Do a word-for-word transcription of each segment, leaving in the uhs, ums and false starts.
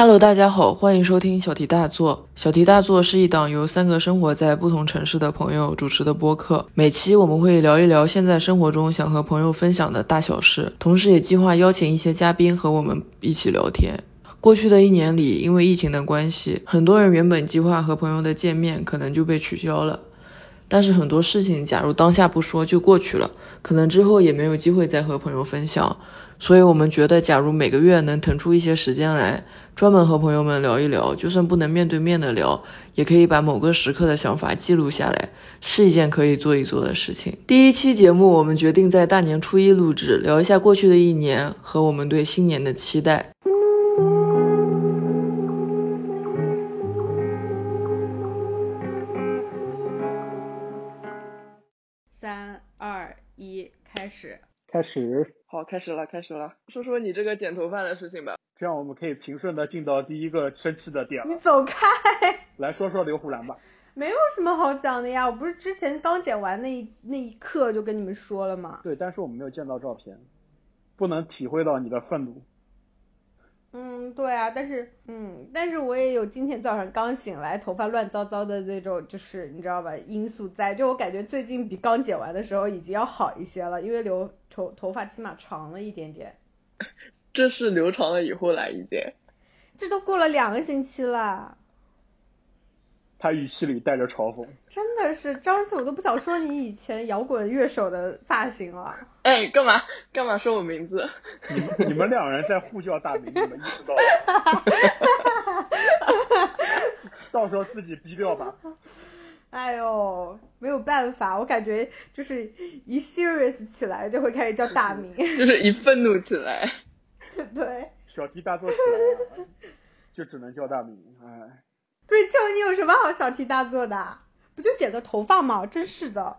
Hello， 大家好，欢迎收听小题大做。小题大做是一档由三个生活在不同城市的朋友主持的播客，每期我们会聊一聊现在生活中想和朋友分享的大小事，同时也计划邀请一些嘉宾和我们一起聊天。过去的一年里，因为疫情的关系，很多人原本计划和朋友的见面可能就被取消了。但是很多事情假如当下不说就过去了，可能之后也没有机会再和朋友分享，所以我们觉得假如每个月能腾出一些时间来专门和朋友们聊一聊，就算不能面对面的聊，也可以把某个时刻的想法记录下来，是一件可以做一做的事情。第一期节目我们决定在大年初一录制，聊一下过去的一年和我们对新年的期待。 三二一，开始。 开始。 好，开始了，开始了。说说你这个剪头发的事情吧。 这样我们可以平顺的进到第一个生气的点了。 你走开。 来说说刘胡兰吧。 没有什么好讲的呀，我不是之前刚剪完那一那一刻就跟你们说了吗？ 对，但是我们没有见到照片，不能体会到你的愤怒。 嗯，对啊，但是嗯，但是我也有今天早上刚醒来头发乱糟糟的那种，就是你知道吧，因素在，就我感觉最近比刚剪完的时候已经要好一些了，因为留头头发起码长了一点点。 这是留长了以后来一点， 这都过了两个星期了。 他语气里带着嘲讽。 真的是张起我都不想说你以前摇滚乐手的发型了。 哎，干嘛干嘛说我名字？ 你们你们两人在互叫大名，你们意识到了？到时候自己逼掉吧。 哎呦，没有办法，我感觉就是一 serious 起来就会开始叫大名， 就是一愤怒起来。 对， 小题大做起来了，就只能叫大名。哎， 瑞秋，你有什么好小题大做的？不就剪个头发吗？真是的。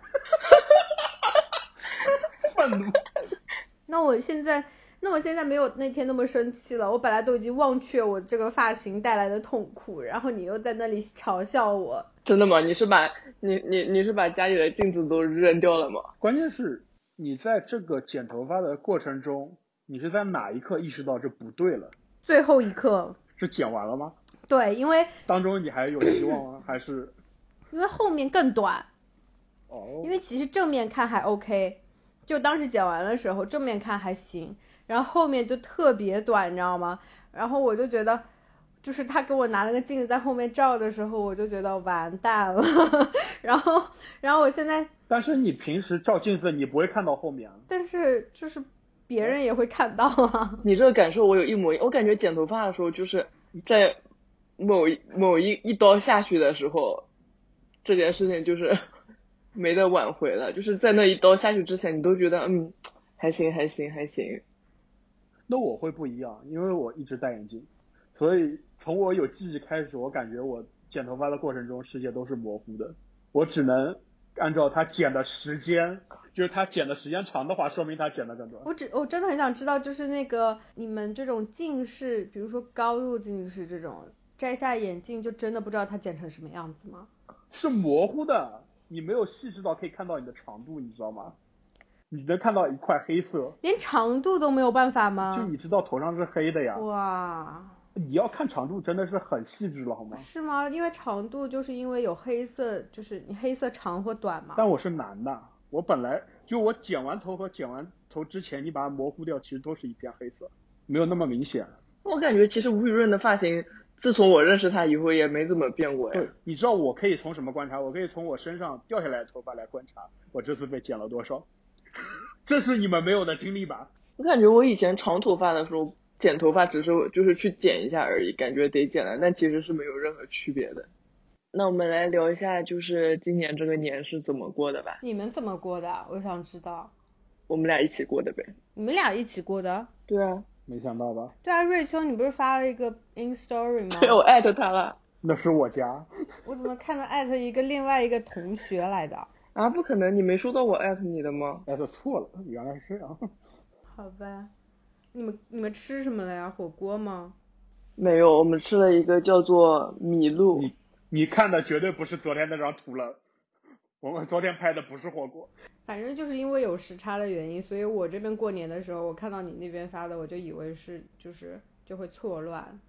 愤怒。 那我现在，那我现在没有那天那么生气了。我本来都已经忘却我这个发型带来的痛苦，然后你又在那里嘲笑我。 真的吗？你是把你你你是把家里的镜子都扔掉了吗？ 关键是你在这个剪头发的过程中，你是在哪一刻意识到这不对了？ 最后一刻。 是剪完了吗？ 对，因为当中你还有希望吗？还是因为后面更短。 哦。 因为其实正面看还 OK， 就当时剪完的时候正面看还行，然后后面就特别短，你知道吗？然后我就觉得，就是他给我拿了个镜子在后面照的时候，我就觉得完蛋了。然后，然后我现在， 但是你平时照镜子你不会看到后面啊。 但是就是别人也会看到啊。 你这个感受我有一模一样，我感觉剪头发的时候就是在某一某一一刀下去的时候，这件事情就是没得挽回了，就是在那一刀下去之前你都觉得嗯还行还行还行。 那我会不一样，因为我一直戴眼镜，所以从我有记忆开始，我感觉我剪头发的过程中世界都是模糊的，我只能按照他剪的时间，就是他剪的时间长的话，说明他剪的更短。 我只我真的很想知道，就是那个你们这种近视，比如说高度近视这种，摘下眼镜就真的不知道它剪成什么样子吗？ 是模糊的，你没有细致到可以看到你的长度，你知道吗？你能看到一块黑色， 连长度都没有办法吗？ 就你知道头上是黑的呀。 哇， 你要看长度真的是很细致了好吗？ 是吗？因为长度就是因为有黑色，就是你黑色长或短嘛。 但我是男的，我本来就我剪完头和剪完头之前，你把它模糊掉，其实都是一片黑色，没有那么明显。 我感觉其实吴雨润的发型自从我认识他以后也没怎么变过呀。 对，你知道我可以从什么观察？我可以从我身上掉下来的头发来观察我这次被剪了多少。这是你们没有的经历吧？ 我感觉我以前长头发的时候剪头发只是就是去剪一下而已，感觉得剪了，但其实是没有任何区别的。那我们来聊一下就是今年这个年是怎么过的吧。 你们怎么过的？我想知道。 我们俩一起过的呗。 你们俩一起过的？ 对啊。 没想到吧？ 对啊，瑞秋你不是发了一个 in story 吗？ 对，我艾特他了。 那是我家。 我怎么看到艾特一个另外一个同学来的？ 啊，不可能，你没收到我艾特你的吗？ 艾特错了，原来是这样。 好吧，你们你们吃什么了呀？火锅吗？ 没有，我们吃了一个叫做米露。 你你看的绝对不是昨天那张图了，我们昨天拍的不是火锅。 反正就是因为有时差的原因，所以我这边过年的时候，我看到你那边发的，我就以为是就是就会错乱。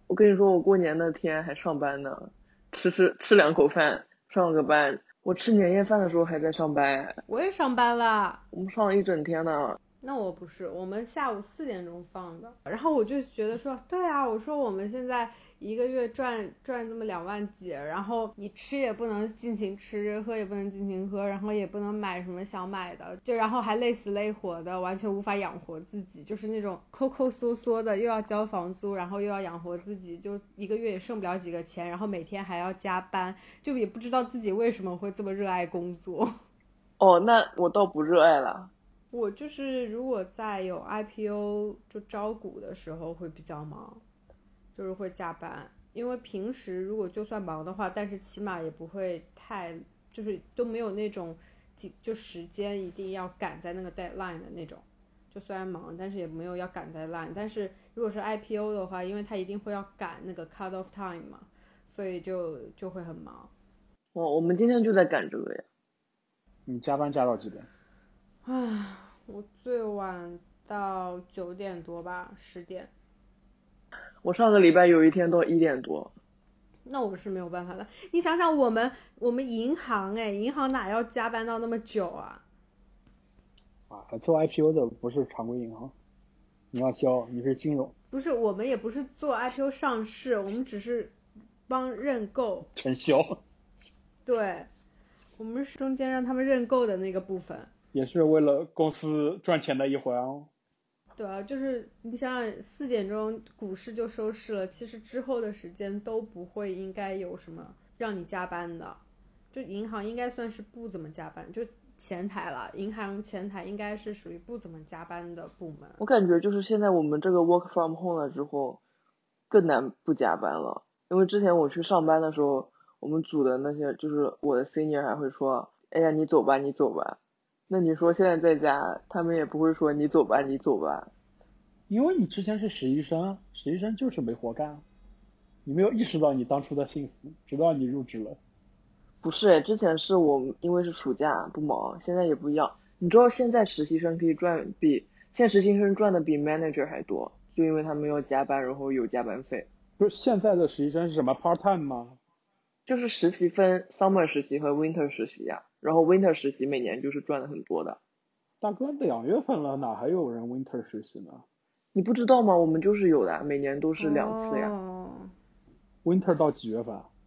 我跟你说，我过年那天还上班呢，吃吃吃两口饭，上了个班。我吃年夜饭的时候还在上班， 我也上班啦。 我们上了一整天呢。 那我不是，我们下午四点钟放的，然后我就觉得说，对啊，我说我们现在一个月赚赚这么两万几，然后你吃也不能尽情吃，喝也不能尽情喝，然后也不能买什么想买的，就然后还累死累活的，完全无法养活自己，就是那种抠抠缩缩的，又要交房租，然后又要养活自己，就一个月也剩不了几个钱，然后每天还要加班，就也不知道自己为什么会这么热爱工作。 哦，那我倒不热爱了。 我就是如果在有 I P O 就招股的时候会比较忙，就是会加班，因为平时如果就算忙的话，但是起码也不会太，就是都没有那种就时间一定要赶在那个 deadline 的那种，就虽然忙，但是也没有要赶 deadline。但是如果是 I P O 的话，因为它一定会要赶那个 cut off time 嘛，所以就就会很忙。 哦，我们今天就在赶这个呀。 你加班加到几点？ 唉，我最晚到九点多吧，十点。 我上个礼拜有一天到一点多。 那我是没有办法的。你想想我们我们银行哎，银行哪要加班到那么久啊？ 啊，做 I P O 的不是常规银行，你要交，你是金融。 不是，我们也不是做 I P O 上市，我们只是帮认购。 承销。 对，我们是中间让他们认购的那个部分。 也是为了公司赚钱的一环哦。 对啊，就是你想想，四点钟股市就收市了，其实之后的时间都不会应该有什么让你加班的，就银行应该算是不怎么加班，就前台了，银行前台应该是属于不怎么加班的部门。 我感觉就是现在我们这个 work from home 了之后，更难不加班了，因为之前我去上班的时候，我们组的那些就是我的 senior 还会说，哎呀你走吧你走吧。那你说现在在家，他们也不会说你走吧你走吧。 因为你之前是实习生，实习生就是没活干，你没有意识到你当初的幸福，直到你入职了。 不是诶，之前是我因为是暑假不忙，现在也不一样。你知道现在实习生可以赚比现在实习生赚的比 manager 还多，就因为他们要加班，然后有加班费。 不是现在的实习生是什么 part time 吗？ 就是实习分 summer 实习和 winter 实习呀、然后 winter 实习每年就是赚的很多的。 大哥，两月份了，哪还有人 winter 实习呢你不知道吗？我们就是有的，每年都是两次呀。 哦， ？winter 到几月份啊？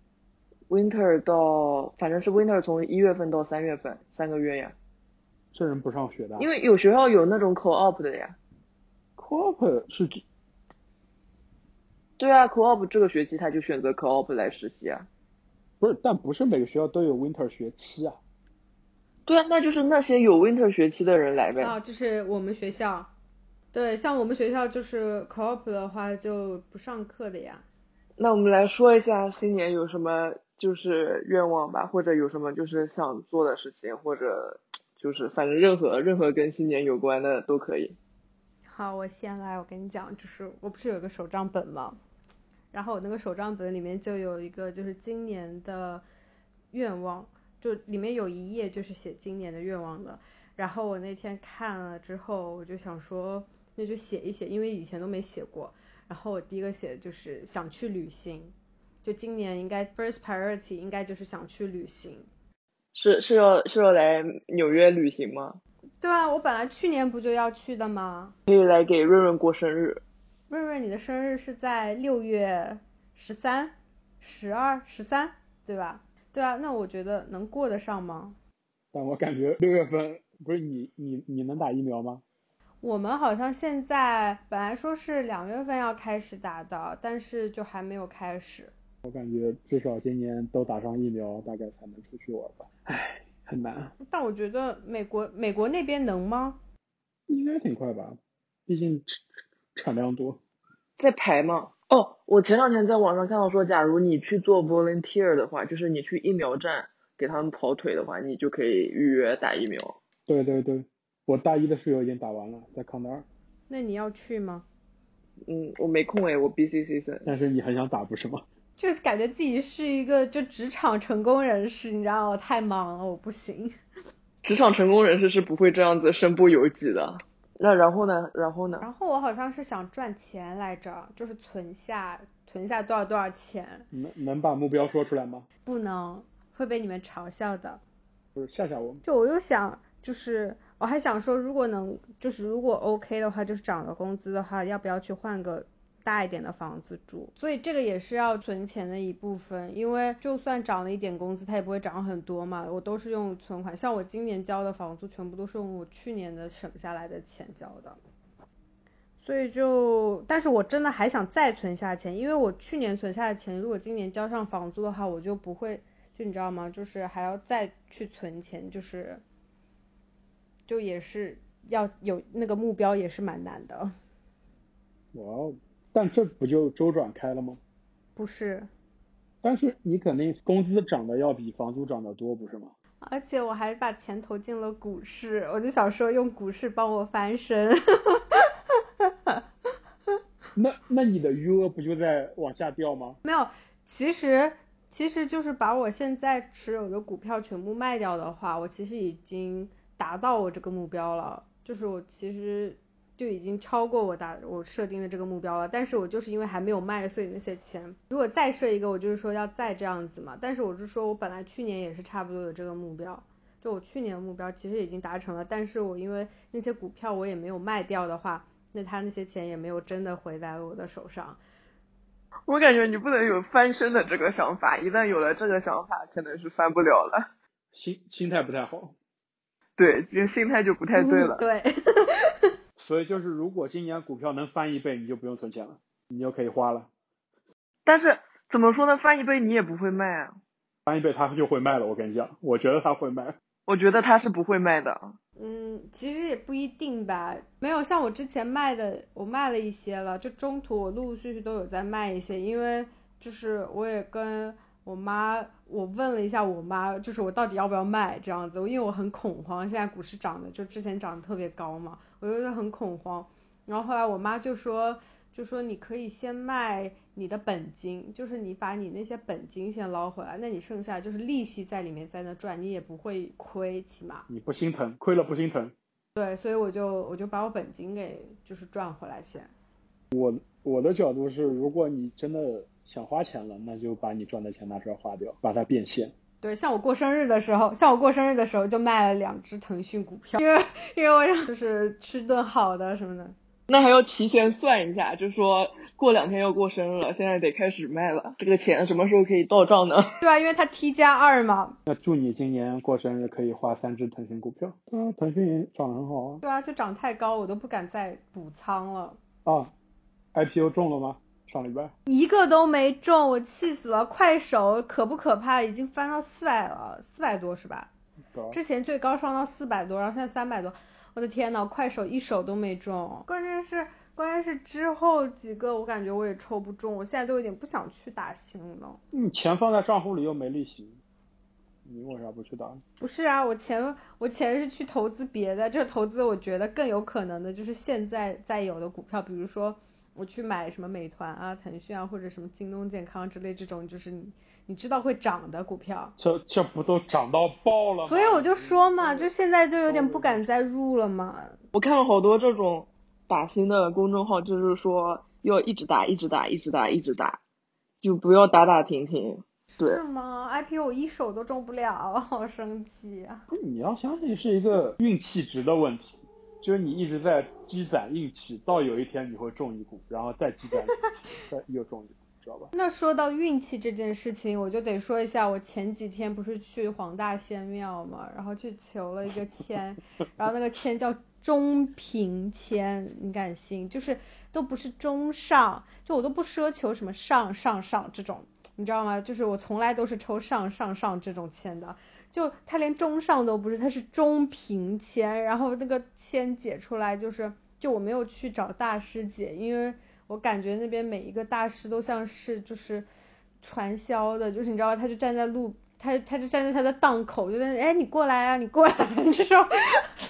winter 到反正是 winter 从一月份到三月份，三个月呀。 这人不上学的啊。 因为有学校有那种 co-op 的呀。 co-op 是指对啊 co-op 这个学期他就选择 co-op 来实习啊。 不是，但不是每个学校都有 winter 学期啊。 对啊，那就是那些有 winter 学期的人来呗。 啊，就是我们学校，对，像我们学校就是 co-op 的话就不上课的呀。 那我们来说一下新年有什么就是愿望吧，或者有什么就是想做的事情，或者就是反正任何任何跟新年有关的都可以。 好，我先来，我跟你讲，就是我不是有个手账本吗？然后我那个手账本里面就有一个就是今年的愿望，就里面有一页就是写今年的愿望的。然后我那天看了之后，我就想说那就写一写，因为以前都没写过。然后我第一个写的就是想去旅行，就今年应该 first priority 应该就是想去旅行。 是是要是要来纽约旅行吗？ 对啊，我本来去年不就要去的吗？ 可以来给润润过生日。 润润，你的生日是在六月十三、十二、十三，对吧？对啊，那我觉得能过得上吗？ 但我感觉六月份不是你你你能打疫苗吗？ 我们好像现在本来说是两月份要开始打的，但是就还没有开始。 我感觉至少今年都打上疫苗，大概才能出去玩吧。唉，很难。 但我觉得美国美国那边能吗？ 应该挺快吧，毕竟产量多。 在排吗？哦，我前两天在网上看到说，假如你去做 volunteer 的话，就是你去疫苗站给他们跑腿的话，你就可以预约打疫苗。 对对对，我大一的室友已经打完了，在康奈尔。 那你要去吗？ 嗯，我没空诶，我 B C C 生。 但是你很想打不是吗？ 就感觉自己是一个就职场成功人士，你知道我太忙了，我不行。 职场成功人士是不会这样子身不由己的。 那然后呢？然后呢？ 然后我好像是想赚钱来着，就是存下存下多少多少钱。 能能把目标说出来吗？ 不能，会被你们嘲笑的。 不是吓吓我们。 就我又想，就是我还想说，如果能，就是如果 OK 的话，就是涨了工资的话，要不要去换个大一点的房子住？所以这个也是要存钱的一部分，因为就算涨了一点工资，它也不会涨很多嘛。我都是用存款，像我今年交的房租全部都是用我去年的省下来的钱交的。所以就，但是我真的还想再存下钱，因为我去年存下的钱，如果今年交上房租的话，我就不会，就你知道吗？就是还要再去存钱，就是，就也是要有那个目标，也是蛮难的。 哇哦，但这不就周转开了吗？ 不是。 但是你肯定工资涨的要比房租涨得多，不是吗？ 而且我还把钱投进了股市，我就想说用股市帮我翻身。 那那你的余额不就在往下掉吗？ 没有，其实其实就是把我现在持有的股票全部卖掉的话，我其实已经达到我这个目标了，就是我其实就已经超过我达我设定的这个目标了，但是我就是因为还没有卖，所以那些钱如果再设一个，我就是说要再这样子嘛，但是我是说我本来去年也是差不多有这个目标，就我去年的目标其实已经达成了，但是我因为那些股票我也没有卖掉的话，那他那些钱也没有真的回在我的手上。 我感觉你不能有翻身的这个想法，一旦有了这个想法，可能是翻不了了。 心心态不太好。 对，这心态就不太对了。 嗯、对。 所以就是，如果今年股票能翻一倍，你就不用存钱了，你就可以花了。 但是怎么说呢，翻一倍你也不会卖啊。 翻一倍它就会卖了，我跟你讲，我觉得它会卖。 我觉得它是不会卖的。 嗯，其实也不一定吧，没有像我之前卖的，我卖了一些了，就中途我陆陆续续都有在卖一些，因为就是我也跟我妈，我问了一下我妈，就是我到底要不要卖这样子，因为我很恐慌，现在股市涨的就之前涨得特别高嘛，我觉得很恐慌，然后后来我妈就说就说你可以先卖你的本金，就是你把你那些本金先捞回来，那你剩下就是利息在里面在那赚，你也不会亏，起码你不心疼，亏了不心疼。 对，所以我就我就把我本金给就是赚回来先。 我我的角度是，如果你真的想花钱了，那就把你赚的钱拿出来花掉，把它变现。 对，像我过生日的时候，像我过生日的时候就卖了两只腾讯股票，因为因为我想就是吃顿好的什么的。 那还要提前算一下，就说过两天要过生日了，现在得开始卖了，这个钱什么时候可以到账呢？ 对啊，因为它 T 加二嘛。 那祝你今年过生日可以花三只腾讯股票。啊，腾讯涨得很好啊。 对啊，就涨太高我都不敢再补仓了。 啊 I P O 中了吗？上礼拜一个都没中，我气死了。快手可不可怕，已经翻到四百了，四百多是吧？之前最高上到四百多，然后现在三百多，我的天呐，快手一手都没中，关键是关键是之后几个我感觉我也抽不中，我现在都有点不想去打新了。 你钱放在账户里又没利息，你为啥不去打？ 不是啊，我钱我钱是去投资别的，这个投资我觉得更有可能的就是现在在有的股票，比如说我去买什么美团啊、腾讯啊，或者什么京东健康之类这种，就是你你知道会涨的股票。 这这不都涨到爆了吗？ 所以我就说嘛，就现在就有点不敢再入了嘛。 我看了好多这种打新的公众号，就是说要一直打一直打一直打一直打，就不要打打停停。对。 是吗 ？I P O 我一手都中不了，我好生气啊！ 你要相信是一个运气值的问题，就是你一直在积攒运气，到有一天你会中一股，然后再积攒几次，再又中一股，知道吧？ 那说到运气这件事情，我就得说一下，我前几天不是去黄大仙庙嘛，然后去求了一个签，然后那个签叫中平签，你敢信？就是都不是中上，就我都不奢求什么上上上这种，你知道吗？就是我从来都是抽上上上这种签的，就他连中上都不是，他是中平签，然后那个签解出来就是，就我没有去找大师解，因为我感觉那边每一个大师都像是就是传销的，就是你知道他就站在路他他就站在他的档口，就在哎你过来啊你过来这种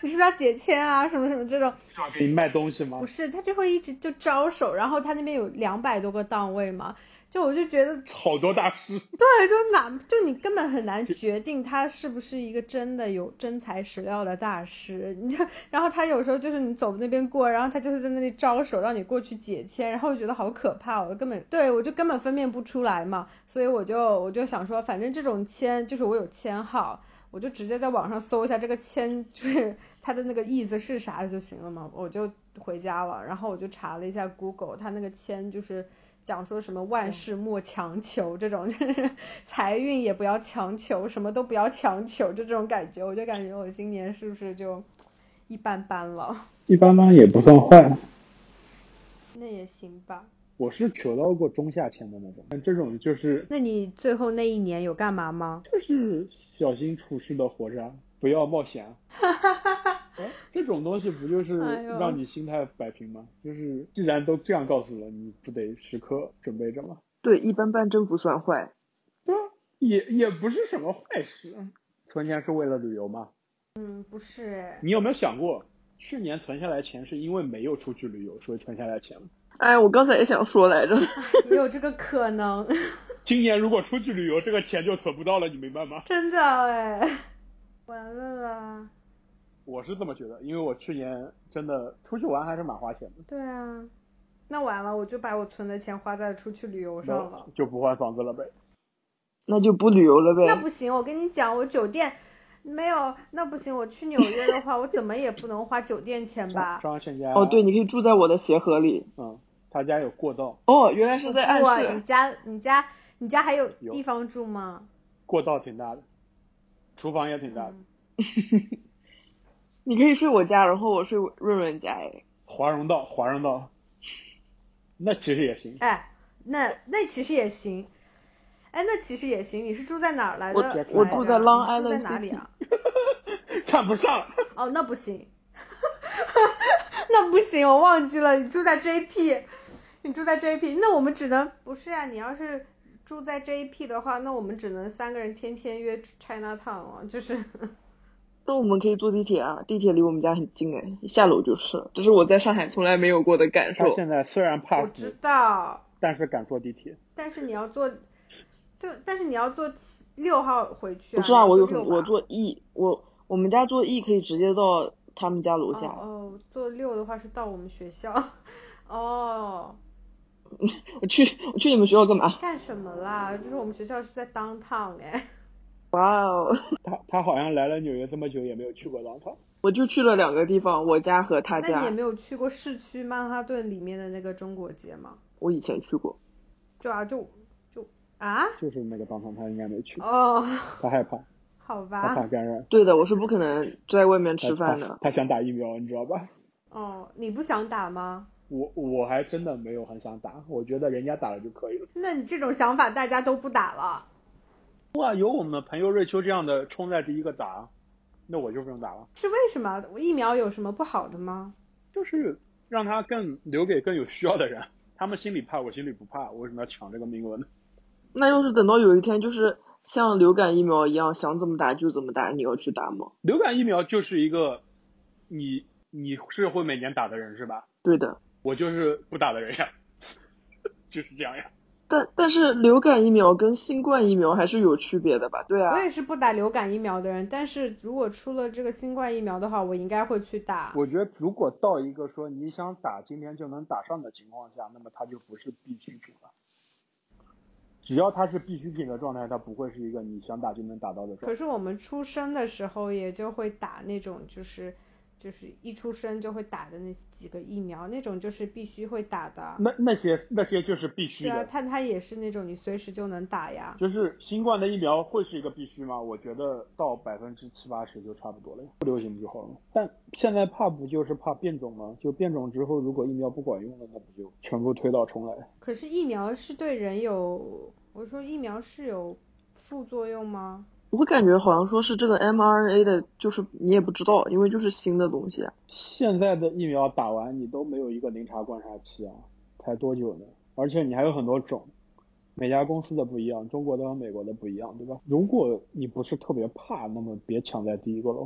你是不是要解签啊什么什么这种。 给你卖东西吗？ 不是，他就会一直就招手，然后他那边有两百多个档位嘛，就我就觉得好多大师。 对，就哪就你根本很难决定他是不是一个真的有真材实料的大师，你就然后他有时候就是你走那边过，然后他就是在那里招手让你过去解签，然后我觉得好可怕，我根本对我就根本分辨不出来嘛，所以我就我就想说，反正这种签就是我有签号，我就直接在网上搜一下这个签就是它的那个意思是啥就行了嘛，我就回家了，然后我就查了一下 Google， 它那个签就是讲说什么万事莫强求这种，就是财运也不要强求，什么都不要强求，就这种感觉，我就感觉我今年是不是就一般般了？ 一般般也不算坏， 那也行吧。 我是求到过中下签的那种，但这种就是， 那你最后那一年有干嘛吗？ 就是小心处事的活着，不要冒险。哎，这种东西不就是让你心态摆平吗？哎、就是既然都这样告诉了，你不得时刻准备着吗？ 对，一般般真不算坏。 对啊，也也不是什么坏事。存钱是为了旅游吗？ 嗯，不是。 你有没有想过，去年存下来钱是因为没有出去旅游，所以存下来钱了？ 哎，我刚才也想说来着。 也有这个可能。 今年如果出去旅游，这个钱就存不到了，你明白吗？ 真的哎，完了啦。 我是这么觉得，因为我去年真的出去玩还是蛮花钱的。 对啊，那完了，我就把我存的钱花在出去旅游上了， 就不换房子了呗。 那就不旅游了呗。 那不行，我跟你讲，我酒店没有，那不行，我去纽约的话，我怎么也不能花酒店钱吧？ 张倩家哦，对，你可以住在我的鞋盒里。 嗯，他家有过道。 哦，原来是在暗示。 你家你家你家还有地方住吗？ 过道挺大的，厨房也挺大的。 嗯你可以睡我家，然后我睡润润家哎。 华容道，华容道，那其实也行。 哎，那那其实也行。哎，那其实也行。你是住在哪儿来的？ 我我住在 Long Island， 住在哪里啊？ 看不上。 哦，那不行。那不行，我忘记了，你住在 J P， 你住在 J P， 那我们只能不是啊？你要是住在 J P 的话，那我们只能三个人天天约 Chinatown 了，就是。 那我们可以坐地铁啊，地铁离我们家很近哎，下楼就是，这是我在上海从来没有过的感受。 他现在虽然怕死， 我知道， 但是敢坐地铁。 但是你要坐，对，但是你要坐六号回去啊。 不是啊，我有我坐 E， 我我们家坐 E 可以直接到他们家楼下。 哦，哦坐六的话是到我们学校。哦。 我去我去你们学校干嘛？ 干什么啦？就是我们学校是在 downtown 哎。 哇哦。 他他好像来了纽约这么久也没有去过 downtown。 我就去了两个地方，我家和他家。 那你也没有去过市区曼哈顿里面的那个中国街吗？ 我以前去过。 就啊就就啊。 就是那个 downtown 他应该没去。 哦。 他害怕。 好吧。 他怕感染。 对的，我是不可能在外面吃饭的。 他, 他, 他想打疫苗，你知道吧？ 哦，你不想打吗？ 我我还真的没有很想打，我觉得人家打了就可以了。 那你这种想法大家都不打了？ 哇，有我们朋友瑞秋这样的冲在第一个打，那我就不用打了。 是为什么？疫苗有什么不好的吗？ 就是让他更留给更有需要的人，他们心里怕，我心里不怕，我为什么要抢这个名额呢？ 那要是等到有一天就是像流感疫苗一样，想怎么打就怎么打，你要去打吗？ 流感疫苗就是一个，你你是会每年打的人是吧？ 对的。 我就是不打的人呀，就是这样呀。 但但是流感疫苗跟新冠疫苗还是有区别的吧？对啊。 我也是不打流感疫苗的人，但是如果出了这个新冠疫苗的话，我应该会去打。 我觉得如果到一个说你想打今天就能打上的情况下，那么它就不是必需品了。只要它是必需品的状态，它不会是一个你想打就能打到的状态。 可是我们出生的时候也就会打那种就是就是一出生就会打的那几个疫苗，那种就是必须会打的。 那那些那些就是必须的。 对啊，它它也是那种你随时就能打呀。 就是新冠的疫苗会是一个必须吗？我觉得到百分之七八十就差不多了，不流行就好了。但现在怕不就是怕变种吗？就变种之后，如果疫苗不管用了，那不就全部推倒重来？ 可是疫苗是对人有，我说疫苗是有副作用吗？ 我感觉好像说是这个 M R N A 的，就是你也不知道，因为就是新的东西啊。 现在的疫苗打完你都没有一个临查观察期啊，才多久呢？而且你还有很多种，每家公司的不一样，中国的和美国的不一样，对吧？如果你不是特别怕，那么别抢在第一个喽。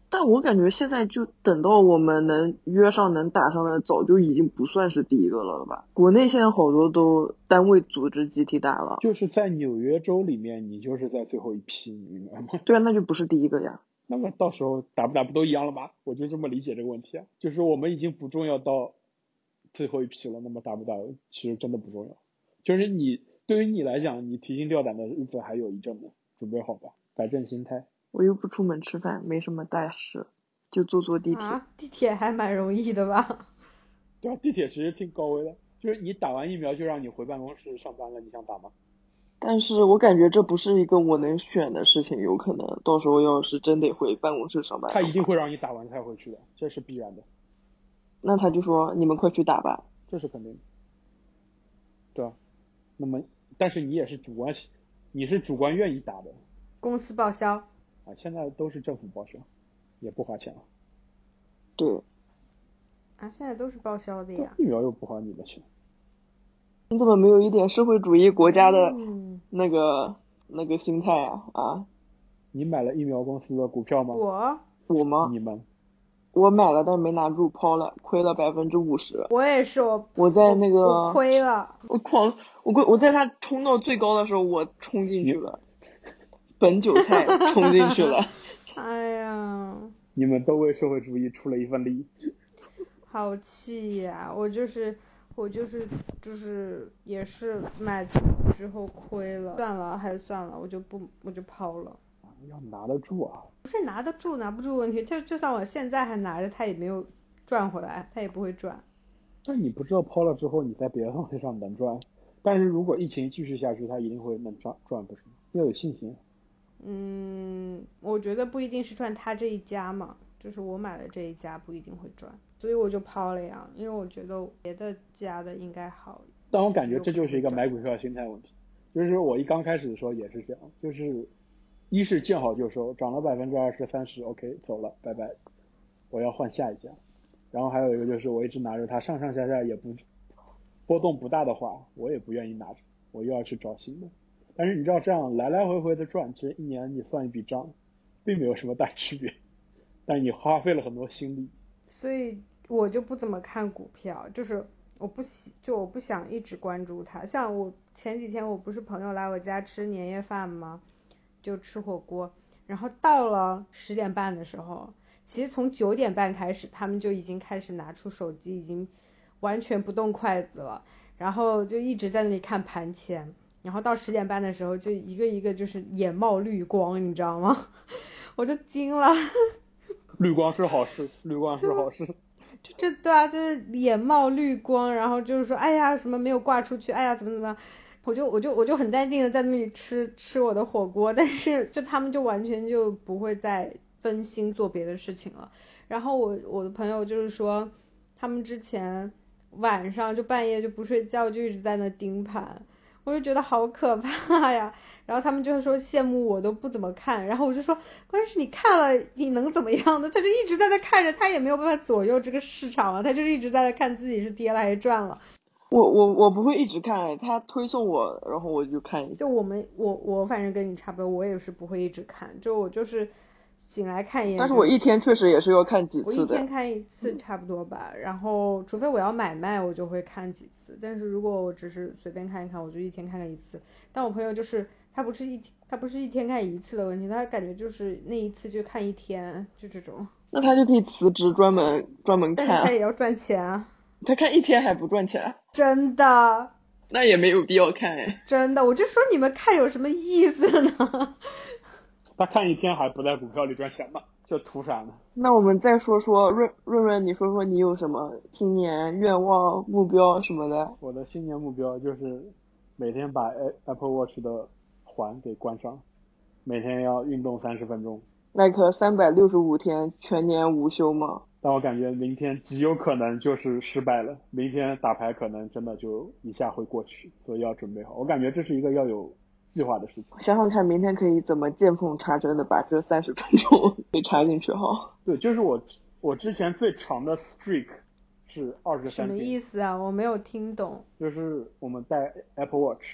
但我感觉现在就等到我们能约上能打上的，早就已经不算是第一个了吧？国内现在好多都单位组织集体打了。 就是在纽约州里面，你就是在最后一批，你明白吗？ 对啊，那就不是第一个呀。 那么到时候打不打不都一样了吗？我就这么理解这个问题啊，就是我们已经不重要到最后一批了，那么打不打其实真的不重要。就是你对于你来讲，你提心吊胆的日子还有一阵呢，准备好吧，摆正心态。 我又不出门吃饭，没什么大事，就坐坐地铁。 啊，地铁还蛮容易的吧？ 对啊，地铁其实挺高危的，就是你打完疫苗就让你回办公室上班了，你想打吗？ 但是我感觉这不是一个我能选的事情，有可能到时候要是真得回办公室上班， 他一定会让你打完才回去的，这是必然的。 那他就说你们快去打吧， 这是肯定的。对啊，那么但是你也是主观，你是主观愿意打的。 公司报销啊，现在都是政府报销，也不花钱了。 对啊，现在都是报销的呀。 疫苗又不花你的钱。 你怎么没有一点社会主义国家的嗯那个、那个心态啊啊？ 你买了疫苗公司的股票吗？ 我我吗？ 你们？ 我买了，但是没拿住，抛了，亏了百分之五十。 我也是，我我在那个我亏了， 我狂我亏我在它冲到最高的时候，我冲进去了，本韭菜冲进去了。 哎呀， 你们都为社会主义出了一份力。 好气呀！我就是我就是就是也是买之后亏了，算了还是算了，我就不我就抛了。 要拿得住啊！ 不是拿得住拿不住问题，就就算我现在还拿着，它也没有赚回来，它也不会赚。 但你不知道抛了之后你在别的东西上能赚，但是如果疫情继续下去，它一定会能赚赚，不是吗？要有信心。 嗯，我觉得不一定是赚他这一家嘛，就是我买的这一家不一定会赚，所以我就抛了呀，因为我觉得别的家的应该好。 但我感觉这就是一个买股票心态问题，就是我一刚开始的时候也是这样，就是一是见好就收，涨了百分之二十三十 ，OK 走了，拜拜，我要换下一家。然后还有一个就是我一直拿着它上上下下也不波动不大的话，我也不愿意拿着，我又要去找新的。但是你知道这样来来回回的赚，其实一年你算一笔账，并没有什么大区别，但你花费了很多心力。 所以我就不怎么看股票，就是我不喜就我不想一直关注它。像我前几天我不是朋友来我家吃年夜饭吗？就吃火锅，然后到了十点半的时候，其实从九点半开始，他们就已经开始拿出手机，已经完全不动筷子了，然后就一直在那里看盘前，然后到十点半的时候，就一个一个就是眼冒绿光，你知道吗？我就惊了。 绿光是好事，绿光是好事。 就这对啊，就是眼冒绿光，然后就是说，哎呀，什么没有挂出去，哎呀，怎么怎么样，我就我就我就很淡定的在那里吃吃我的火锅，但是就他们就完全就不会再分心做别的事情了。然后我我的朋友就是说，他们之前晚上就半夜就不睡觉，就一直在那盯盘，我就觉得好可怕呀。然后他们就说羡慕我都不怎么看，然后我就说，关键是你看了你能怎么样呢？他就一直在那看着，他也没有办法左右这个市场啊，他就是一直在那看自己是跌了还是赚了。 我我我不会一直看，他推送我，然后我就看一下。 就我们我我反正跟你差不多，我也是不会一直看，就我就是醒来看一眼。 但是我一天确实也是要看几次的。 我一天看一次差不多吧，然后除非我要买卖，我就会看几次。但是如果我只是随便看一看，我就一天看个一次。但我朋友就是他不是一他不是一天看一次的问题，他感觉就是那一次就看一天，就这种。 那他就可以辞职专门专门看。 但是他也要赚钱啊。 他看一天还不赚钱？ 真的。 那也没有必要看哎。 真的，我就说你们看有什么意思呢？ 他看一天还不在股票里赚钱吗？这图啥呢？ 那我们再说说润润润，你说说你有什么新年愿望、目标什么的？ 我的新年目标就是每天把 Apple Watch 的环给关上，每天要运动三十分钟。 那个三百六十五天全年无休吗？ 但我感觉明天极有可能就是失败了，明天打牌可能真的就一下会过去，所以要准备好。我感觉这是一个要有计划的事情。 想想看明天可以怎么见缝插针的把这三十分钟给插进去哈。 对，就是我我之前最长的 streak 是二十三天。 什么意思啊？我没有听懂。 就是我们戴 Apple Watch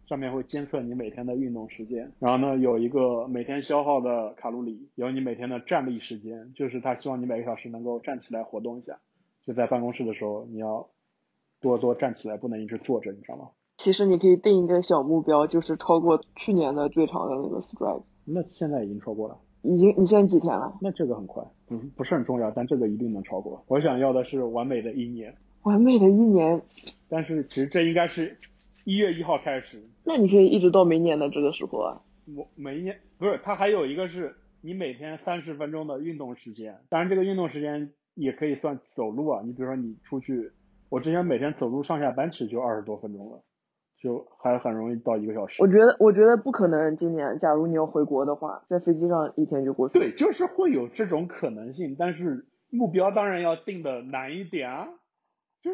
上面会监测你每天的运动时间，然后呢有一个每天消耗的卡路里，有你每天的站立时间，就是他希望你每个小时能够站起来活动一下，就在办公室的时候你要多多站起来，不能一直坐着，你知道吗？ 其实你可以定一个小目标，就是超过去年的最长的那个 stride。 那现在已经超过了。 已经，你现在几天了？ 那这个很快，不不是很重要，但这个一定能超过。我想要的是完美的一年。 完美的一年。 但是其实这应该是一月一号开始。 那你可以一直到明年的这个时候啊。 我每一年不是，它还有一个是你每天三十分钟的运动时间，当然这个运动时间也可以算走路啊。你比如说你出去，我之前每天走路上下班其实就二十多分钟了，就还很容易到一个小时。 我觉得我觉得不可能，今年假如你要回国的话，在飞机上一天就过去。 对，就是会有这种可能性，但是目标当然要定的难一点啊，就是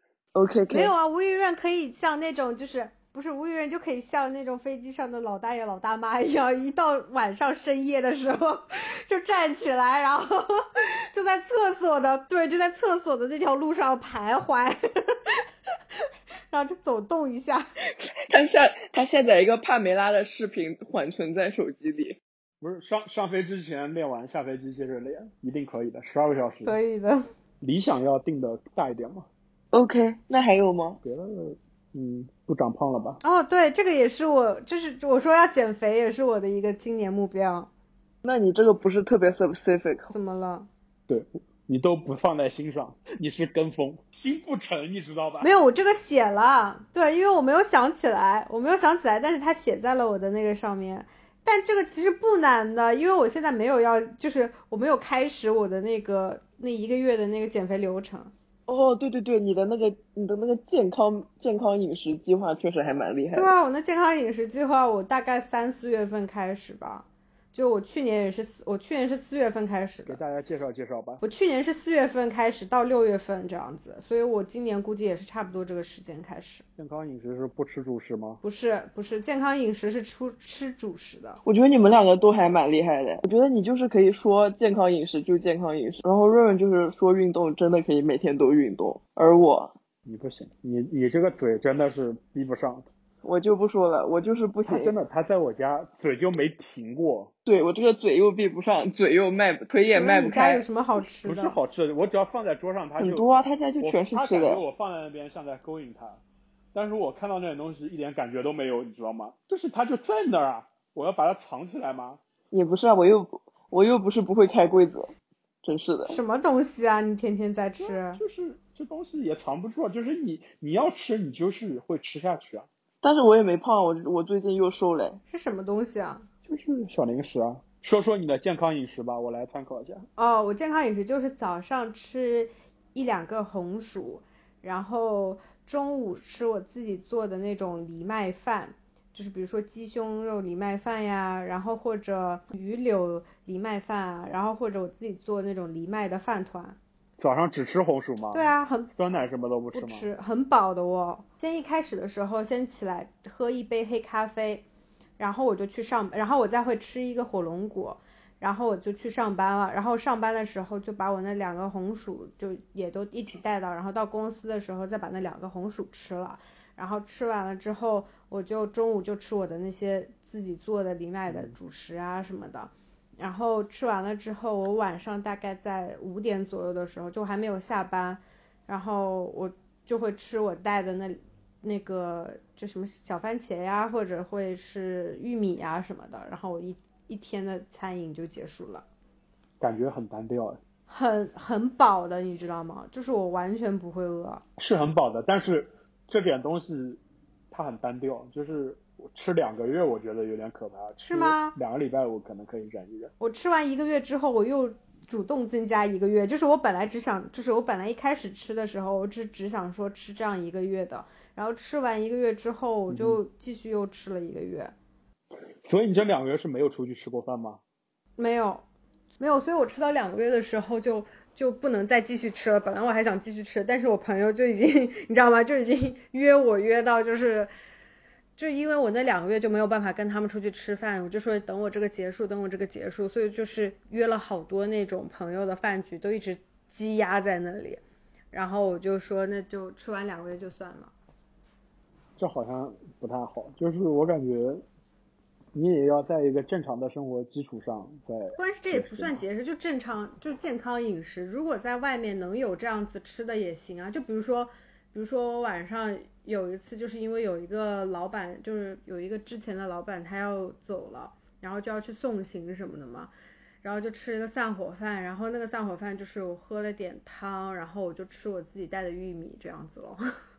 OK， 没有啊，吴亦润可以像那种就是不是吴亦润就可以像那种飞机上的老大爷老大妈一样，一到晚上深夜的时候就站起来，然后就在厕所的对就在厕所的那条路上徘徊然后就走动一下。 他下他下载一个帕梅拉的视频缓存在手机里。 不是上上飞之前练完，下飞机接着练，一定可以的，十二个小时。 可以的。 理想要定的大一点嘛。 OK， 那还有吗？ 别的，嗯，不长胖了吧？ 哦，对，这个也是我，就是我说要减肥，也是我的一个今年目标。 那你这个不是特别 specific。 怎么了？ 对，你都不放在心上，你是跟风，心不诚，你知道吧？ 没有，我这个写了，对，因为我没有想起来，我没有想起来，但是它写在了我的那个上面。但这个其实不难的，因为我现在没有要，就是我没有开始我的那个那一个月的那个减肥流程。 哦，对对对，你的那个你的那个健康健康饮食计划确实还蛮厉害的。 对啊，我那健康饮食计划我大概三四月份开始吧。就我去年也是，我去年是四月份开始的。 给大家介绍介绍吧。 我去年是四月份开始到六月份这样子，所以我今年估计也是差不多这个时间开始。 健康饮食是不吃主食吗？ 不是，不是，健康饮食是出吃主食的。 我觉得你们两个都还蛮厉害的。我觉得你就是可以说健康饮食就健康饮食，然后润润就是说运动真的可以每天都运动，而我你不行，你你这个嘴真的是逼不上。 我就不说了，我就是不行。 他真的，他在我家嘴就没停过。 对，我这个嘴又闭不上，嘴又迈不，腿也迈不开。 你家有什么好吃的？ 不是好吃的，我只要放在桌上，他就很多啊，他家就全是吃的。 他感觉我放在那边像在勾引他，但是我看到那点东西一点感觉都没有，你知道吗？就是他就在那儿啊，我要把它藏起来吗？ 也不是啊，我又我又不是不会开柜子，真是的。 什么东西啊？你天天在吃？ 就是这东西也藏不住，就是你你要吃，你就是会吃下去啊。 但是我也没胖，我我最近又瘦了。 是什么东西啊？ 就是小零食啊。说说你的健康饮食吧，我来参考一下。 哦，我健康饮食就是早上吃一两个红薯，然后中午吃我自己做的那种藜麦饭，就是比如说鸡胸肉藜麦饭呀，然后或者鱼柳藜麦饭啊，然后或者我自己做那种藜麦的饭团。 早上只吃红薯吗？ 对啊，很酸奶什么都不吃吗？ 不吃，很饱的哦。先一开始的时候，先起来喝一杯黑咖啡，然后我就去上，然后我再会吃一个火龙果，然后我就去上班了。然后上班的时候就把我那两个红薯就也都一起带到，然后到公司的时候再把那两个红薯吃了。然后吃完了之后，我就中午就吃我的那些自己做的藜麦的主食啊什么的。然后吃完了之后，我晚上大概在五点左右的时候，就还没有下班，然后我就会吃我带的那那个就什么小番茄呀，或者会是玉米呀什么的，然后我一一天的餐饮就结束了。 感觉很单调。 很很饱的，你知道吗？就是我完全不会饿。 是很饱的，但是这点东西它很单调，就是我吃两个月我觉得有点可怕。 是吗？ 两个礼拜我可能可以忍一忍。 我吃完一个月之后，我又主动增加一个月，就是我本来只想，就是我本来一开始吃的时候，我只只想说吃这样一个月的，然后吃完一个月之后，我就继续又吃了一个月。 嗯、所以你这两个月是没有出去吃过饭吗？ 没有，没有，所以我吃到两个月的时候就就不能再继续吃了。本来我还想继续吃，但是我朋友就已经你知道吗？就已经约我约到就是。就因为我那两个月就没有办法跟他们出去吃饭，我就说等我这个结束，等我这个结束，所以就是约了好多那种朋友的饭局，都一直积压在那里。然后我就说那就吃完两个月就算了。 这好像不太好。就是我感觉你也要在一个正常的生活基础上再。 关键是这也不算节食，就正常就健康饮食。如果在外面能有这样子吃的也行啊，就比如说，比如说我晚上有一次就是因为有一个老板，就是有一个之前的老板他要走了，然后就要去送行什么的嘛，然后就吃了一个散伙饭，然后那个散伙饭就是我喝了点汤，然后我就吃我自己带的玉米这样子咯。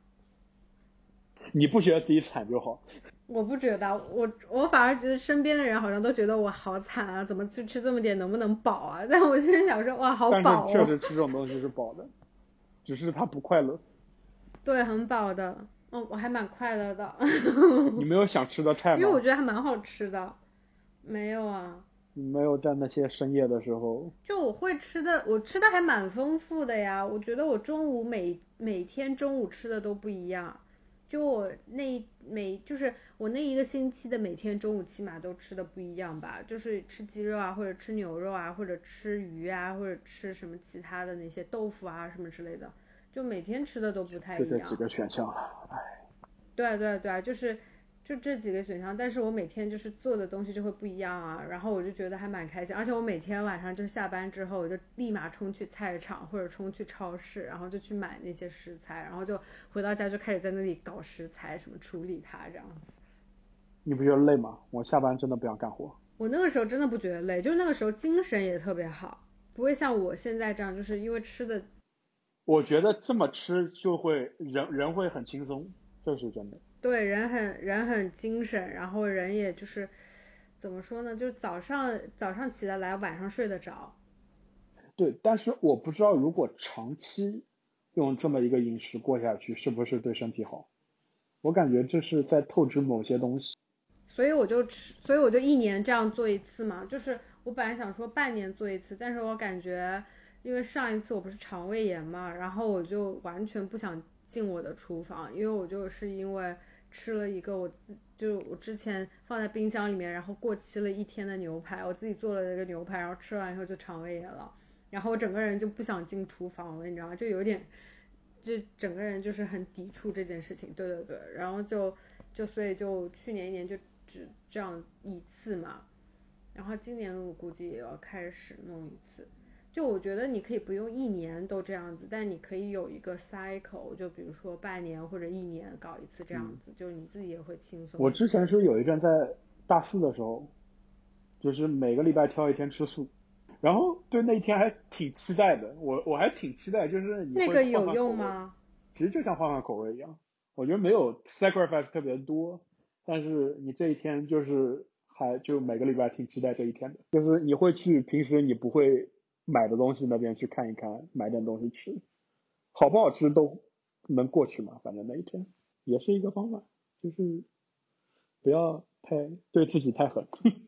你不觉得自己惨就好。 我不觉得，我我反而觉得身边的人好像都觉得我好惨啊，怎么去吃这么点能不能饱啊？但我心里想说，哇，好饱哦。 但是确实吃这种东西是饱的，只是它不快乐。 对，很饱的，嗯，我还蛮快乐的。 你没有想吃的菜吗？ 因为我觉得还蛮好吃的。没有啊。 你没有在那些深夜的时候。 就我会吃的，我吃的还蛮丰富的呀。我觉得我中午每每天中午吃的都不一样。就我那每就是我那一个星期的每天中午起码都吃的不一样吧，就是吃鸡肉啊，或者吃牛肉啊，或者吃鱼啊，或者吃什么其他的那些豆腐啊什么之类的，就每天吃的都不太一样。 就这几个选项了，唉。 对对对，就是就这几个选项，但是我每天就是做的东西就会不一样啊，然后我就觉得还蛮开心，而且我每天晚上就下班之后，我就立马冲去菜市场或者冲去超市，然后就去买那些食材，然后就回到家就开始在那里搞食材什么处理它这样子。 你不觉得累吗？我下班真的不想干活。 我那个时候真的不觉得累，就是那个时候精神也特别好，不会像我现在这样，就是因为吃的。 我觉得这么吃就会人人会很轻松，这是真的。 对，人很人很精神，然后人也就是怎么说呢，就是早上早上起得来，晚上睡得着。 对，但是我不知道如果长期用这么一个饮食过下去，是不是对身体好？我感觉这是在透支某些东西。 所以我就吃，所以我就一年这样做一次嘛，就是我本来想说半年做一次，但是我感觉因为上一次我不是肠胃炎嘛，然后我就完全不想进我的厨房，因为我就是因为吃了一个我自就我之前放在冰箱里面，然后过期了一天的牛排，我自己做了一个牛排，然后吃完以后就肠胃炎了，然后我整个人就不想进厨房了，你知道吗？就有点就整个人就是很抵触这件事情，对对对，然后就就所以就去年一年就只这样一次嘛，然后今年我估计也要开始弄一次。就我觉得你可以不用一年都这样子，但你可以有一个 cycle， 就比如说半年或者一年搞一次这样子，嗯、就你自己也会轻松。 我之前是有一阵在大四的时候，就是每个礼拜挑一天吃素，然后对那一天还挺期待的，我我还挺期待，就是你会换换口味。 那个有用吗？ 其实就像换换口味一样，我觉得没有 sacrifice 特别多，但是你这一天就是还就每个礼拜挺期待这一天的，就是你会去平时你不会买的东西那边去看一看，买点东西吃，好不好吃都能过去嘛，反正那一天也是一个方法，就是不要太对自己太狠。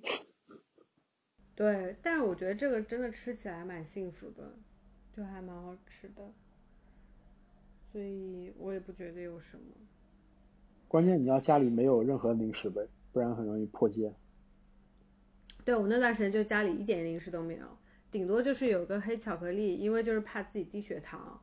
对，但是我觉得这个真的吃起来蛮幸福的，就还蛮好吃的，所以我也不觉得有什么。 关键你要家里没有任何零食呗，不然很容易破戒。 对，我那段时间就家里一点零食都没有，顶多就是有个黑巧克力，因为就是怕自己低血糖。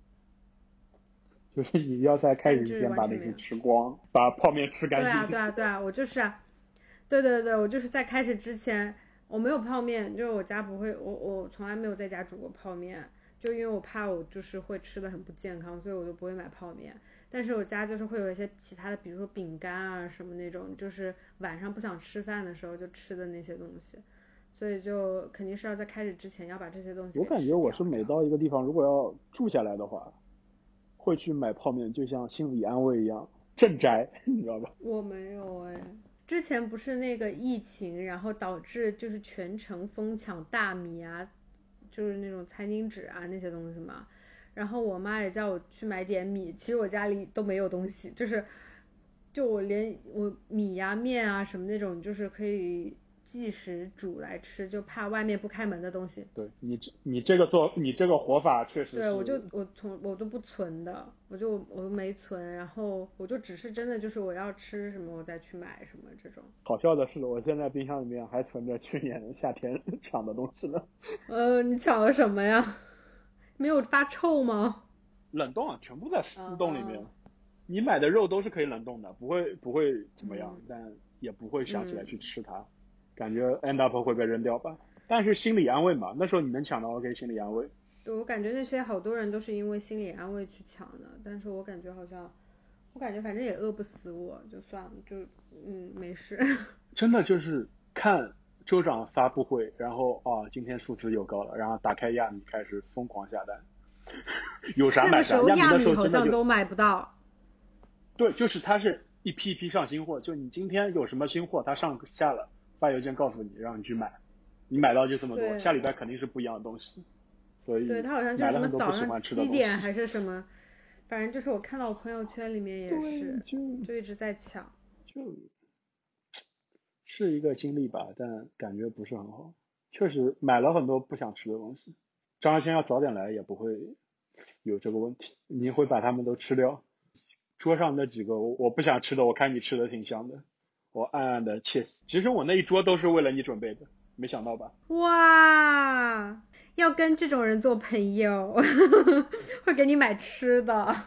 就是你要在开始之前把那些吃光，把泡面吃干净。 对啊对啊对啊，我就是啊，对对对，我就是在开始之前我没有泡面，就是我家不会，我我从来没有在家煮过泡面，就因为我怕我就是会吃的很不健康，所以我就不会买泡面。但是我家就是会有一些其他的，比如说饼干啊什么那种，就是晚上不想吃饭的时候就吃的那些东西，所以就肯定是要在开始之前要把这些东西给吃掉。 我感觉我是每到一个地方，如果要住下来的话，会去买泡面，就像心理安慰一样，镇宅，你知道吧？ 我没有哎，之前不是那个疫情，然后导致就是全城疯抢大米啊，就是那种餐巾纸啊那些东西嘛。然后我妈也叫我去买点米，其实我家里都没有东西，就是就我连我米呀、面啊什么那种，就是可以即时煮来吃，就怕外面不开门的东西。 对你这你这个做你这个活法确实是。 对，我就我从我都不存的，我就我都没存，然后我就只是真的就是我要吃什么我再去买什么这种。 好笑的是，我现在冰箱里面还存着去年夏天抢的东西呢。 呃，你抢了什么呀？没有发臭吗？ 冷冻啊，全部在速冻里面。 你买的肉都是可以冷冻的，不会不会怎么样， 嗯、 但也不会想起来去吃它，嗯、感觉 end up 会被扔掉吧。但是心理安慰嘛，那时候你能抢到 OK 心理安慰。 对，我感觉那些好多人都是因为心理安慰去抢的，但是我感觉好像，我感觉反正也饿不死我，就算了，就嗯没事。 真的就是看州长发布会，然后啊今天数值又高了，然后打开亚米开始疯狂下单，有啥买啥。 那个时候亚米米好像都买不到。 对，就是它是一批一批上新货，就你今天有什么新货，它上下了发邮件告诉你，让你去买，你买到就这么多，下礼拜肯定是不一样的东西。所以对，它好像就是什么早上七点还是什么，反正就是我看到我朋友圈里面也是， 就就一直在抢， 就是一个经历吧，但感觉不是很好。确实买了很多不想吃的东西，张二轩要早点来也不会有这个问题，你会把它们都吃掉。桌上那几个我不想吃的，我看你吃的挺香的，我暗暗的窃喜。其实我那一桌都是为了你准备的，没想到吧？ 哇，要跟这种人做朋友，会给你买吃的。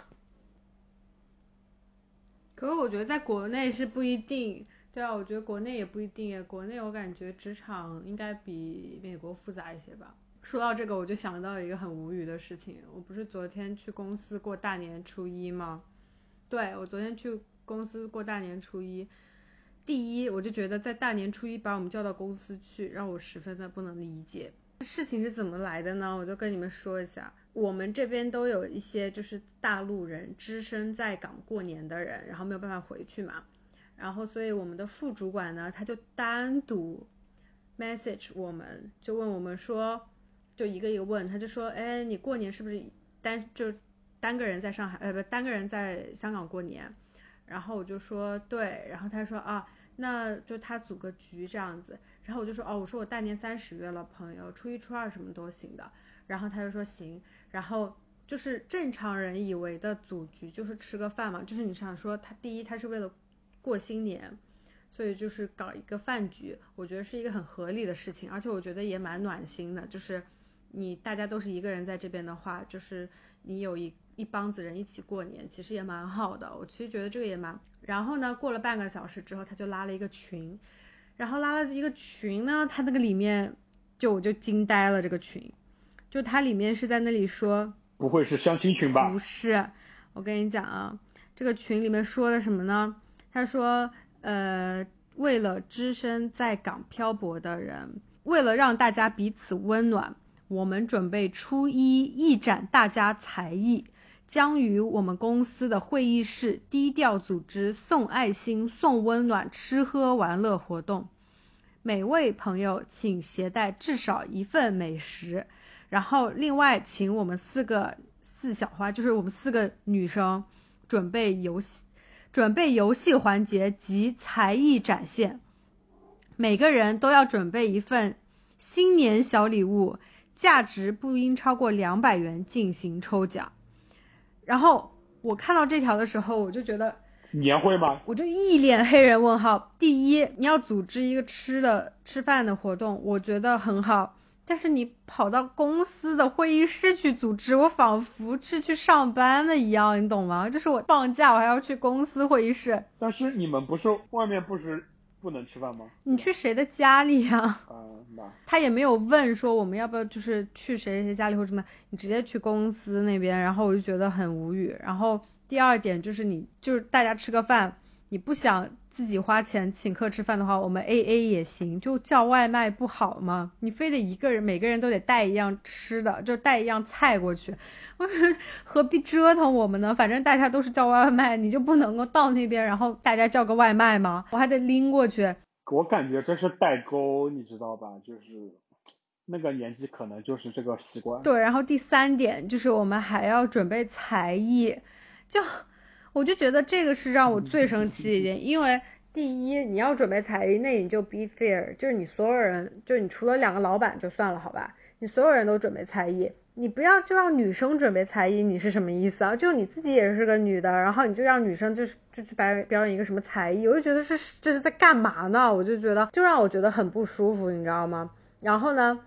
可是我觉得在国内是不一定，对啊，我觉得国内也不一定，国内我感觉职场应该比美国复杂一些吧。说到这个，我就想到一个很无语的事情，我不是昨天去公司过大年初一吗？对，我昨天去公司过大年初一，第一我就觉得在大年初一把我们叫到公司去，让我十分的不能理解。事情是怎么来的呢？我就跟你们说一下，我们这边都有一些就是大陆人只身在港过年的人，然后没有办法回去嘛，然后所以我们的副主管呢，他就单独 message 我们，就问我们说，就一个一个问，他就说，哎，你过年是不是单就单个人在上海，呃不，单个人在香港过年？然后我就说对，然后他说啊，那就他组个局这样子，然后我就说哦，我说我大年三十约了朋友，初一初二什么都行的，然后他就说行，然后就是正常人以为的组局就是吃个饭嘛，就是你想说他第一他是为了过新年，所以就是搞一个饭局，我觉得是一个很合理的事情，而且我觉得也蛮暖心的，就是你大家都是一个人在这边的话，就是你有一一帮子人一起过年，其实也蛮好的，我其实觉得这个也蛮。然后呢，过了半个小时之后，他就拉了一个群，然后拉了一个群呢，他那个里面就我就惊呆了，这个群，就他里面是在那里说， 不会是相亲群吧？ 不是，我跟你讲啊，这个群里面说的什么呢？他说，呃，为了只身在港漂泊的人，为了让大家彼此温暖，我们准备初一一展大家才艺，将于我们公司的会议室低调组织送爱心、送温暖、吃喝玩乐活动。每位朋友请携带至少一份美食，然后另外请我们四个四小花，就是我们四个女生准备游戏，准备游戏环节及才艺展现。每个人都要准备一份新年小礼物，价值不应超过两百元进行抽奖。然后我看到这条的时候，我就觉得年会吗？ 我就一脸黑人问号。第一，你要组织一个吃的吃饭的活动，我觉得很好，但是你跑到公司的会议室去组织，我仿佛是去上班的一样，你懂吗？就是我放假我还要去公司会议室。 但是你们不是外面不是不能吃饭吗？ 你去谁的家里呀、啊？ 嗯，那他也没有问说我们要不要就是去谁谁家里或者什么，你直接去公司那边，然后我就觉得很无语。然后第二点就是你就是大家吃个饭，你不想自己花钱请客吃饭的话，我们 A A 也行，就叫外卖不好吗？你非得一个人每个人都得带一样吃的，就带一样菜过去，何必折腾我们呢？反正大家都是叫外卖，你就不能够到那边然后大家叫个外卖吗？我还得拎过去。 我感觉这是代沟，你知道吧？就是那个年纪可能就是这个习惯。 对，然后第三点就是我们还要准备才艺，就我就觉得这个是让我最生气的一点，因为第一你要准备才艺，那你就 be fair， 就是你所有人，就是你除了两个老板就算了好吧，你所有人都准备才艺，你不要就让女生准备才艺，你是什么意思啊？就你自己也是个女的，然后你就让女生就是就去表表演一个什么才艺，我就觉得是这是在干嘛呢？我就觉得就让我觉得很不舒服，你知道吗？然后呢，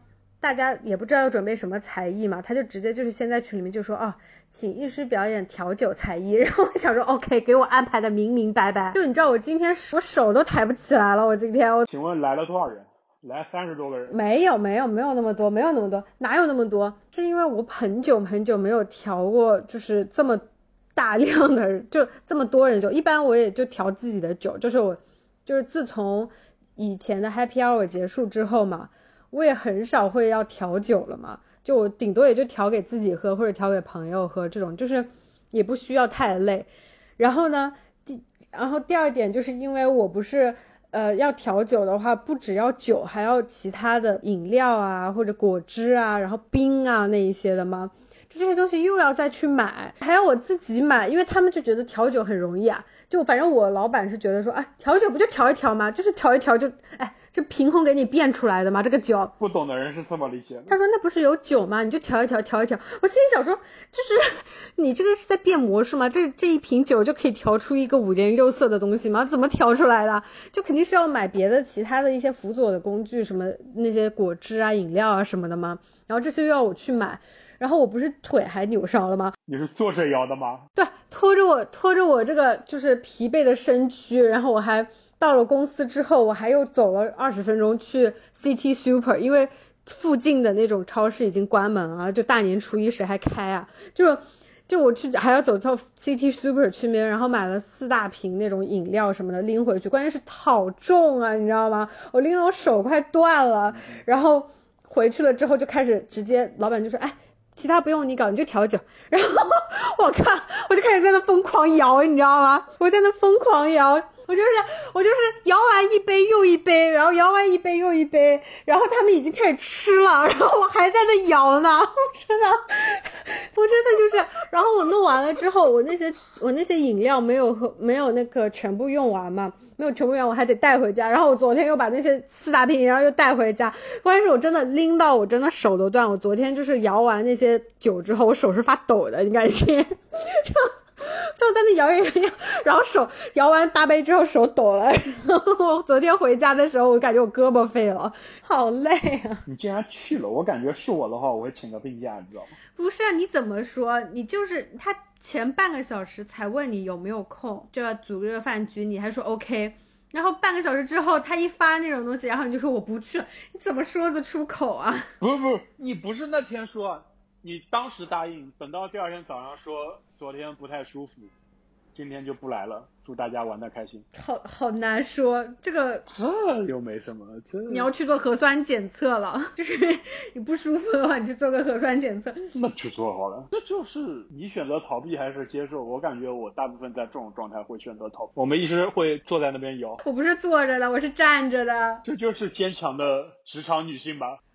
大家也不知道要准备什么才艺嘛，他就直接就是先在群里面就说啊，请医师表演调酒才艺，然后我想说 OK 给我安排的明明白白，就你知道我今天我手都抬不起来了，我今天我请问来了多少人？来三十多个人？ 没有没有没有那么多，没有那么多，哪有那么多？是因为我很久很久没有调过就是这么大量的就这么多人酒，一般我也就调自己的酒，就是我就是自从以前的 Happy Hour 结束之后嘛，我也很少会要调酒了嘛，就我顶多也就调给自己喝或者调给朋友喝，这种就是也不需要太累。然后呢第然后第二点就是因为我不是呃，要调酒的话，不只要酒，还要其他的饮料啊，或者果汁啊，然后冰啊那一些的嘛，就这些东西又要再去买，还要我自己买，因为他们就觉得调酒很容易啊，就反正我老板是觉得说，哎，调酒不就调一调吗？就是调一调就，哎，这凭空给你变出来的吗？这个酒， 不懂的人是这么理解的。 他说那不是有酒吗？你就调一调，调一调。我心里想说，就是你这个是在变魔术吗？这这一瓶酒就可以调出一个五颜六色的东西吗？怎么调出来的？就肯定是要买别的其他的一些辅佐的工具，什么那些果汁啊、饮料啊什么的吗？然后这些又要我去买，然后我不是腿还扭伤了吗？ 你是坐着摇的吗？ 对，拖着我拖着我这个就是疲惫的身躯，然后我还到了公司之后，我还又走了二十分钟去 City Super， 因为附近的那种超市已经关门了，就大年初一谁还开啊？就就我去还要走到 City Super 去面，然后买了四大瓶那种饮料什么的拎回去，关键是好重啊，你知道吗？我拎得我手快断了，然后回去了之后就开始直接老板就说，哎，其他不用你搞，你就调酒。然后我看我就开始在那疯狂摇，你知道吗？我在那疯狂摇，我就是我就是摇完一杯又一杯，然后摇完一杯又一杯，然后他们已经开始吃了，然后我还在那摇呢，我真的我真的就是，然后我弄完了之后，我那些我那些饮料没有喝，没有那个全部用完嘛，没有全部用完，我还得带回家，然后我昨天又把那些四大瓶饮料又带回家，关键是我真的拎到我真的手都断，我昨天就是摇完那些酒之后，我手是发抖的，你敢信？就在那摇一摇，然后手摇完大杯之后手抖了，然后我昨天回家的时候，我感觉我胳膊废了，好累啊！ 你竟然去了，我感觉是我的话，我会请个病假，你知道吗？ 不是啊，你怎么说？你就是他前半个小时才问你有没有空，就要组个饭局，你还说 OK， 然后半个小时之后他一发那种东西，然后你就说我不去了，你怎么说得出口啊？ 不不，你不是那天说，你当时答应，等到第二天早上说昨天不太舒服，今天就不来了，祝大家玩得开心。 好好难说，这个这又没什么，这你要去做核酸检测了，就是你不舒服的话，你去做个核酸检测。 那就做好了。这就是你选择逃避还是接受？我感觉我大部分在这种状态会选择逃避。我们一直会坐在那边摇。 我不是坐着的，我是站着的。 这就是坚强的职场女性吧。